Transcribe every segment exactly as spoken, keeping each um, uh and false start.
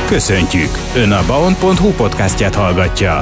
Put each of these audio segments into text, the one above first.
Köszöntjük! Ön a baon pont hu podcastját hallgatja.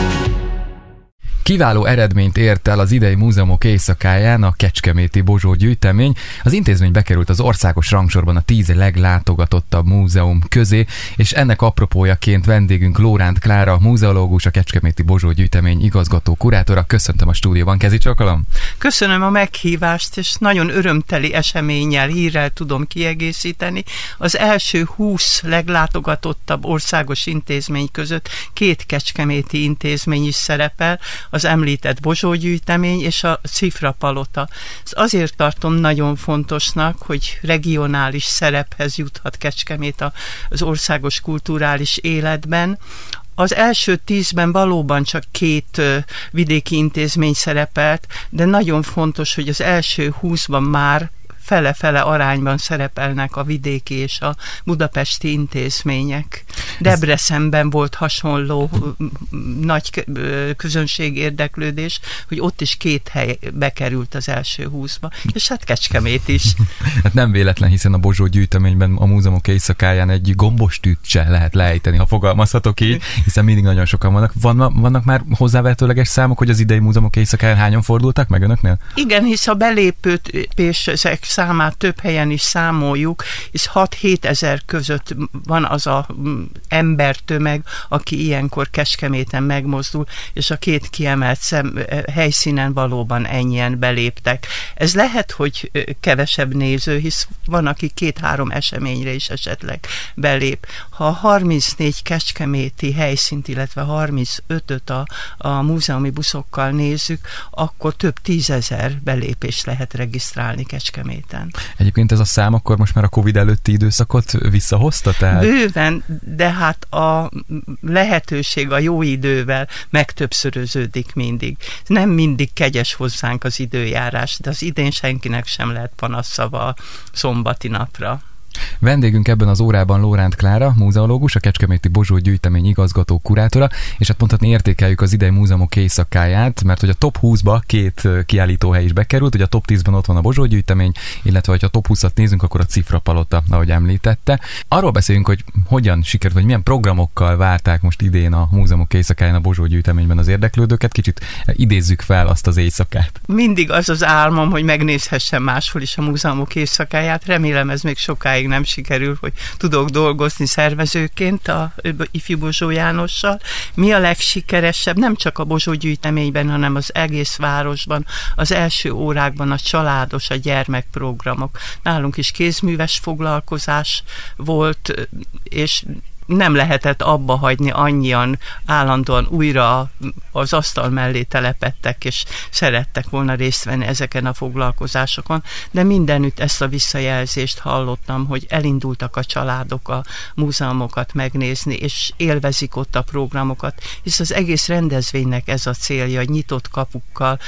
Kiváló eredményt ért el az idei múzeumok éjszakáján a Kecskeméti Bozsó gyűjtemény. Az intézmény bekerült az országos rangsorban a tíz leglátogatottabb múzeum közé, és ennek apropójaként vendégünk Lóránt Klára, múzeológus, a Kecskeméti Bozsó gyűjtemény igazgató kurátora. Köszöntöm a stúdióban, kezi csokolom. Köszönöm a meghívást, és nagyon örömteli eseménnyel, hírrel tudom kiegészíteni. Az első húsz leglátogatottabb országos intézmény között két kecskeméti intézmény is szerepel, az említett Bozsó gyűjtemény és a Cifra Palota. Ezt azért tartom nagyon fontosnak, hogy regionális szerephez juthat Kecskemét az országos kulturális életben. Az első tízben valóban csak két vidéki intézmény szerepelt, de nagyon fontos, hogy az első húszban már fele-fele arányban szerepelnek a vidéki és a budapesti intézmények. Debrecenben volt hasonló nagy közönség érdeklődés, hogy ott is két hely bekerült az első húszba, és hát Kecskemét is. Hát nem véletlen, hiszen a Bozsó gyűjteményben a múzeumok éjszakáján egy gombostűt se lehet lejteni, ha fogalmazhatok így, hiszen mindig nagyon sokan vannak. Van, vannak már hozzávetőleges számok, hogy az idei múzeumok éjszakáján hányan fordultak meg önöknél? Igen, hisz a belépők számát több helyen is számoljuk, és hat-hét ezer között van az a embertömeg, aki ilyenkor Kecskeméten megmozdul, és a két kiemelt szem, helyszínen valóban ennyien beléptek. Ez lehet, hogy kevesebb néző, hisz van, aki két-három eseményre is esetleg belép. Ha harmincnégy kecskeméti helyszínt, illetve harmincötöt a, a múzeumi buszokkal nézzük, akkor több tízezer belépést lehet regisztrálni Kecskeméten. Egyébként ez a szám akkor most már a Covid előtti időszakot visszahozta? Tehát... Bőven, de hát a lehetőség a jó idővel megtöbbszöröződik mindig. Nem mindig kegyes hozzánk az időjárás, de az idén senkinek sem lehet panaszszava a szombati napra. Vendégünk ebben az órában Lóránt Klára, múzeológus, a Kecskeméti Bozsó gyűjtemény igazgató kurátora, és hát mondhatni értékeljük az idei múzeumok éjszakáját, mert hogy a top húszba két kiállítóhely is bekerült, hogy a top tízben ott van a Bozsó gyűjtemény, illetve ha a top húszat nézünk, akkor a Cifra Palota, ahogy említette. Arról beszéljünk, hogy hogyan sikerült, vagy milyen programokkal várták most idén a múzeumok éjszakáján a Bozsó gyűjteményben az érdeklődőket, kicsit idézzük fel azt az éjszakát. Mindig az az álmom, hogy megnézhessem máshol is a múzeumok éjszakáját, remélem ez még sokáig nem sikerül, hogy tudok dolgozni szervezőként a ifjú Bozsó Jánossal. Mi a legsikeresebb, nem csak a Bozsó gyűjteményben, hanem az egész városban, az első órákban a családos, a gyermekprogramok. Nálunk is kézműves foglalkozás volt, és nem lehetett abba hagyni, annyian állandóan újra az asztal mellé telepedtek, és szerettek volna részt venni ezeken a foglalkozásokon, de mindenütt ezt a visszajelzést hallottam, hogy elindultak a családok a múzeumokat megnézni, és élvezik ott a programokat, hisz az egész rendezvénynek ez a célja, hogy nyitott kapukkal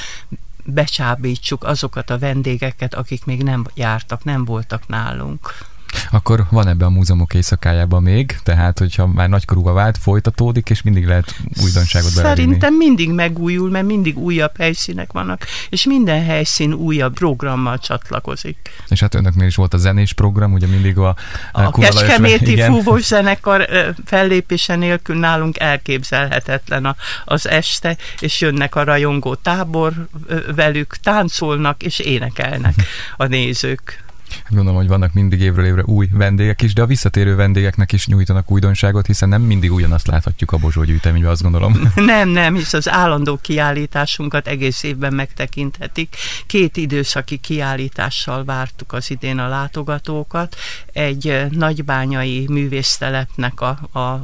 becsábítsuk azokat a vendégeket, akik még nem jártak, nem voltak nálunk. Akkor van ebben a múzeumok éjszakájában még, tehát hogyha már nagykorúba vált, folytatódik, és mindig lehet újdonságot belevinni. Szerintem mindig megújul, mert mindig újabb helyszínek vannak, és minden helyszín újabb programmal csatlakozik. És hát önöknél is volt a zenés program, ugye mindig a... A, a Kecskeméti Fúvós Zenekar fellépése nélkül nálunk elképzelhetetlen a, az este, és jönnek a rajongó tábor velük, táncolnak és énekelnek a nézők. Gondolom, hogy vannak mindig évről évre új vendégek is, de a visszatérő vendégeknek is nyújtanak újdonságot, hiszen nem mindig ugyanazt láthatjuk a Bozsó gyűjteményben, azt gondolom. Nem, nem, hisz az állandó kiállításunkat egész évben megtekinthetik. Két időszaki kiállítással vártuk az idén a látogatókat. Egy nagybányai művésztelepnek a, a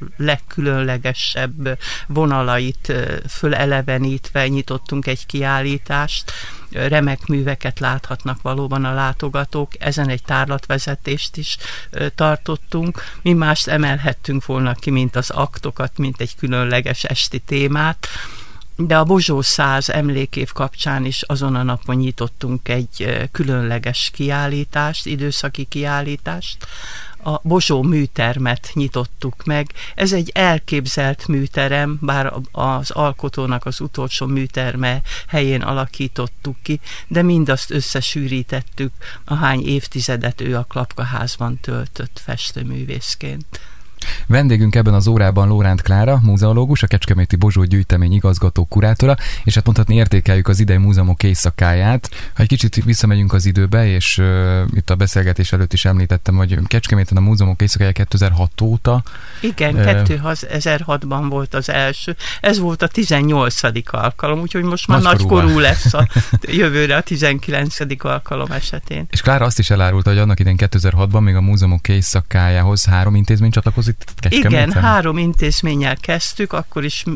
legkülönlegesebb vonalait fölelevenítve nyitottunk egy kiállítást. Remek műveket láthatnak valóban a látogatók, ezen egy tárlatvezetést is tartottunk. Mi mást emelhettünk volna ki, mint az aktokat, mint egy különleges esti témát, de a Bozsó száz emlékév kapcsán is azon a napon nyitottunk egy különleges kiállítást, időszaki kiállítást, a Bozsó műtermet nyitottuk meg. Ez egy elképzelt műterem, bár az alkotónak az utolsó műterme helyén alakítottuk ki, de mindazt összesűrítettük, ahány évtizedet ő a Klapkaházban töltött festőművészként. Vendégünk ebben az órában Lóránt Klára, múzeológus, a Kecskeméti Bozsó Gyűjtemény igazgató kurátora, és hát mondhatni értékeljük az idei múzeumok éjszakáját. Ha egy kicsit visszamegyünk az időbe, és uh, itt a beszélgetés előtt is említettem, hogy Kecskeméten a múzeumok éjszakája kétezer-hat óta. Igen, uh, kétezer-hatban volt az első. Ez volt a tizennyolcadik alkalom, úgyhogy most már nagykorú nagy lesz a jövőre a tizenkilencedik alkalom esetén. És Klára azt is elárulta, hogy annak idején kétezer-hatban még a múzeumok éjszakájához három intézmény csatlakozott Kecskeméten? Igen, három intézménnyel kezdtük, akkor is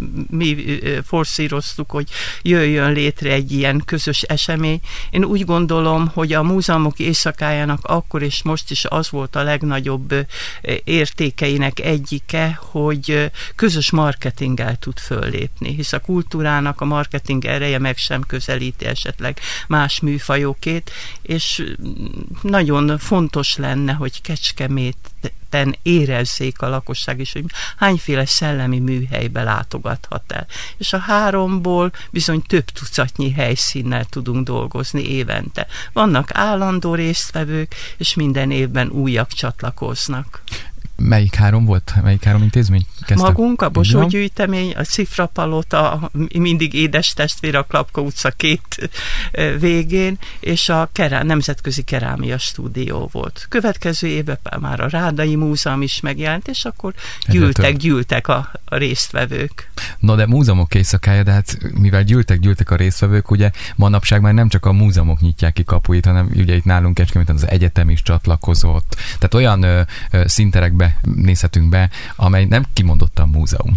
mi forszíroztuk, hogy jöjjön létre egy ilyen közös esemény. Én úgy gondolom, hogy a múzeumok éjszakájának akkor és most is az volt a legnagyobb értékeinek egyike, hogy közös marketinggel tud föllépni, hisz a kultúrának a marketing ereje meg sem közelíti esetleg más műfajokét, és nagyon fontos lenne, hogy Kecskeméten érezzék a lakosság is, hogy hányféle szellemi műhelybe látogathat el. És a háromból bizony több tucatnyi helyszínnel tudunk dolgozni évente. Vannak állandó résztvevők, és minden évben újak csatlakoznak. Melyik három volt? Melyik három intézmény? Kezdte? Magunk, a Bozsó Gyűjtemény, a Cifrapalota, mindig édes testvér a Klapka utca két végén, és a kerá- Nemzetközi Kerámia Stúdió volt. Következő évben már a Rádai Múzeum is megjelent, és akkor gyűltek, gyűltek a, a résztvevők. No, de múzeumok éjszakája, de hát mivel gyűltek, gyűltek a résztvevők, ugye manapság már nem csak a múzeumok nyitják ki kapuit, hanem ugye itt nálunk Kecskeméten az egyetem is csatlakozott. Tehát olyan ö, ö, színterekbe nézhetünk be, amely nem kimondottan múzeum.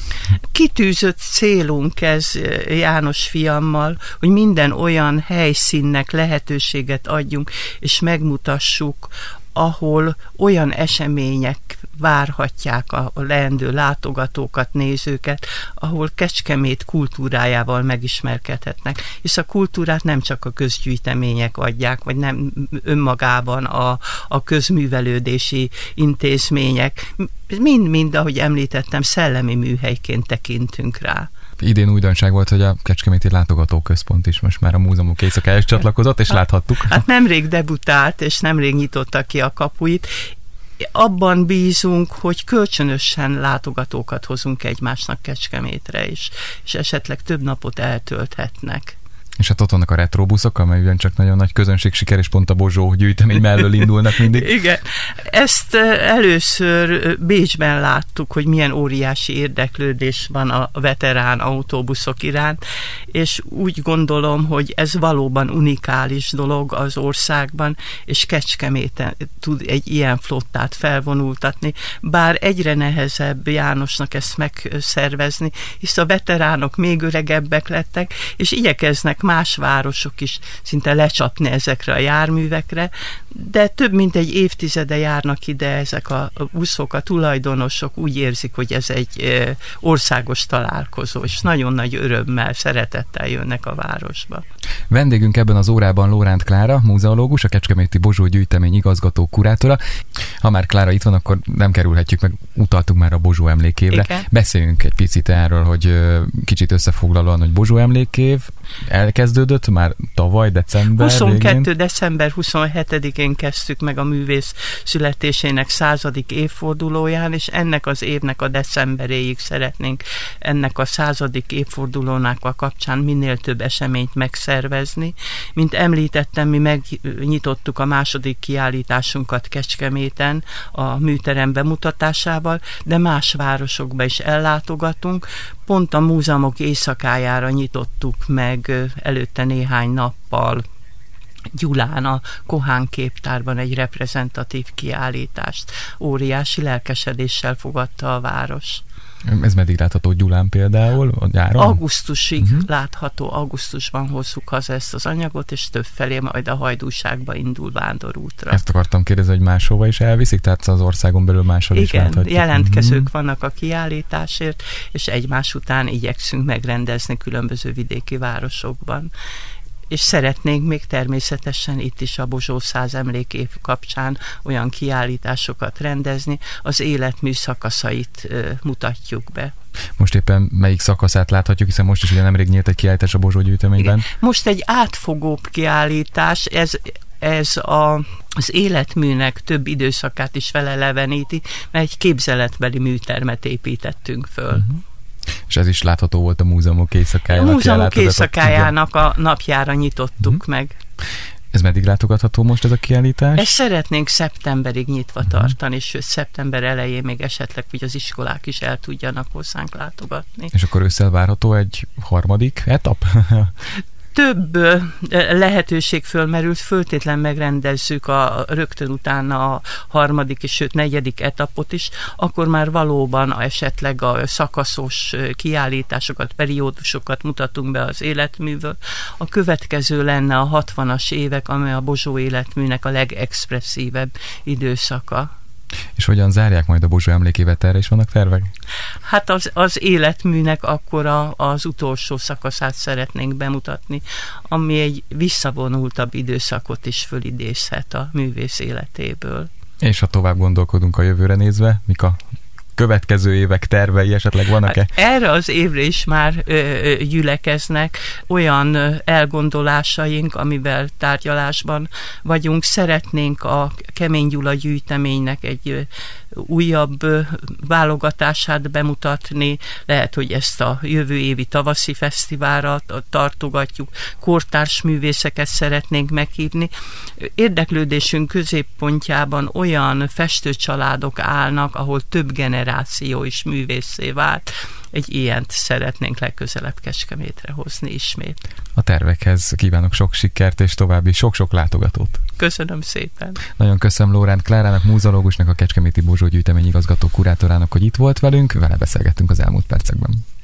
Kitűzött célunk ez János fiammal, hogy minden olyan helyszínnek lehetőséget adjunk, és megmutassuk, ahol olyan események várhatják a leendő látogatókat, nézőket, ahol Kecskemét kultúrájával megismerkedhetnek. És a kultúrát nem csak a közgyűjtemények adják, vagy nem önmagában a, a közművelődési intézmények. Mind-mind, ahogy említettem, szellemi műhelyként tekintünk rá. Idén újdonság volt, hogy a Kecskeméti Látogatóközpont is most már a múzeumok éjszakájához csatlakozott, és láthattuk. Hát nemrég debutált, és nemrég nyitotta ki a kapuit. Abban bízunk, hogy kölcsönösen látogatókat hozunk egymásnak Kecskemétre is, és esetleg több napot eltölthetnek. És hát ott vannak a retrobuszok, amely ugyancsak nagyon nagy közönség siker, és pont a Bozsó Gyűjtemény mellől indulnak mindig. Igen. Ezt először Bécsben láttuk, hogy milyen óriási érdeklődés van a veterán autóbuszok iránt, és úgy gondolom, hogy ez valóban unikális dolog az országban, és Kecskeméten tud egy ilyen flottát felvonultatni, bár egyre nehezebb Jánosnak ezt megszervezni, hisz a veteránok még öregebbek lettek, és igyekeznek más városok is szinte lecsapni ezekre a járművekre, de több mint egy évtizede járnak ide ezek a buszok, a tulajdonosok úgy érzik, hogy ez egy országos találkozó, és nagyon nagy örömmel, szeretettel jönnek a városba. Vendégünk ebben az órában Lóránt Klára, múzeológus, a Kecskeméti Bozsó Gyűjtemény igazgató kurátora. Ha már Klára itt van, akkor nem kerülhetjük meg, utaltunk már a Bozsó emlékévre. Igen. Beszéljünk egy picit erről, hogy kicsit összefoglalóan, hogy Bozsó emlékév elkezdődött már tavaly december huszonkettő december huszonhetedikén kezdtük meg a művész születésének századik évfordulóján, és ennek az évnek a decemberéig szeretnénk ennek a századik évfordulónak a kapcsán minél több eseményt megszervezni. Mint említettem, mi megnyitottuk a második kiállításunkat Kecskeméten a műterem bemutatásával, de más városokba is ellátogatunk. Pont a múzeumok éjszakájára nyitottuk meg előtte néhány nappal Gyulán a Kohán képtárban egy reprezentatív kiállítást. Óriási lelkesedéssel fogadta a város. Ez meddig látható Gyulán például? A gyáron? Augusztusig uh-huh. látható, augusztusban hozzuk haza ezt az anyagot, és többfelé majd a Hajdúságba indul vándorútra. Ezt akartam kérdezni, hogy máshova is elviszik, tehát az országon belül máshol Igen, is láthatjuk. Igen, jelentkezők uh-huh. vannak a kiállításért, és egymás után igyekszünk megrendezni különböző vidéki városokban. És szeretnénk még természetesen itt is a Bozsó száz emlékév kapcsán olyan kiállításokat rendezni, az életmű szakaszait ö, mutatjuk be. Most éppen melyik szakaszát láthatjuk, hiszen most is ugye nemrég nyílt egy kiállítás a Bozsó Gyűjteményben. Igen. Most egy átfogóbb kiállítás, ez ez a, az életműnek több időszakát is feleleveníti, mert egy képzeletbeli műtermet építettünk föl. Uh-huh. És ez is látható volt a múzeumok éjszakájának. A múzeumok éjszakájának a napjára nyitottuk uh-huh. meg. Ez meddig látogatható most ez a kiállítás? Ezt szeretnénk szeptemberig nyitva uh-huh. tartani, sőt szeptember elején még esetleg, hogy az iskolák is el tudjanak hozzánk látogatni. És akkor ősszel várható egy harmadik etap? Több lehetőség fölmerült, föltétlen megrendezzük a, rögtön utána a harmadik és sőt negyedik etapot is, akkor már valóban esetleg a szakaszos kiállításokat, periódusokat mutatunk be az életműből. A következő lenne a hatvanas évek, amely a Bozsó életműnek a legexpresszívebb időszaka. És hogyan zárják majd a Bozsó emlékévet, erre is vannak tervek? Hát az, az életműnek akkor a, az utolsó szakaszát szeretnénk bemutatni, ami egy visszavonultabb időszakot is fölidézhet a művész életéből. És ha tovább gondolkodunk a jövőre nézve, mik a következő évek tervei esetleg vannak-e? Hát erre az évre is már ö, ö, gyülekeznek olyan ö, elgondolásaink, amivel tárgyalásban vagyunk. Szeretnénk a Kemény Gyula gyűjteménynek egy ö, újabb ö, válogatását bemutatni. Lehet, hogy ezt a jövő évi tavaszi fesztiválra tartogatjuk. Kortárs művészeket szeretnénk meghívni. Érdeklődésünk középpontjában olyan festőcsaládok állnak, ahol több generáció is művészé vált. Egy ilyent szeretnénk legközelebb Kecskemétre hozni ismét. A tervekhez kívánok sok sikert és további sok-sok látogatót. Köszönöm szépen. Nagyon köszönöm Lóránt Klárának, múzeológusnak, a Kecskeméti Bozsó gyűjtemény igazgató kurátorának, hogy itt volt velünk, vele beszélgettünk az elmúlt percekben.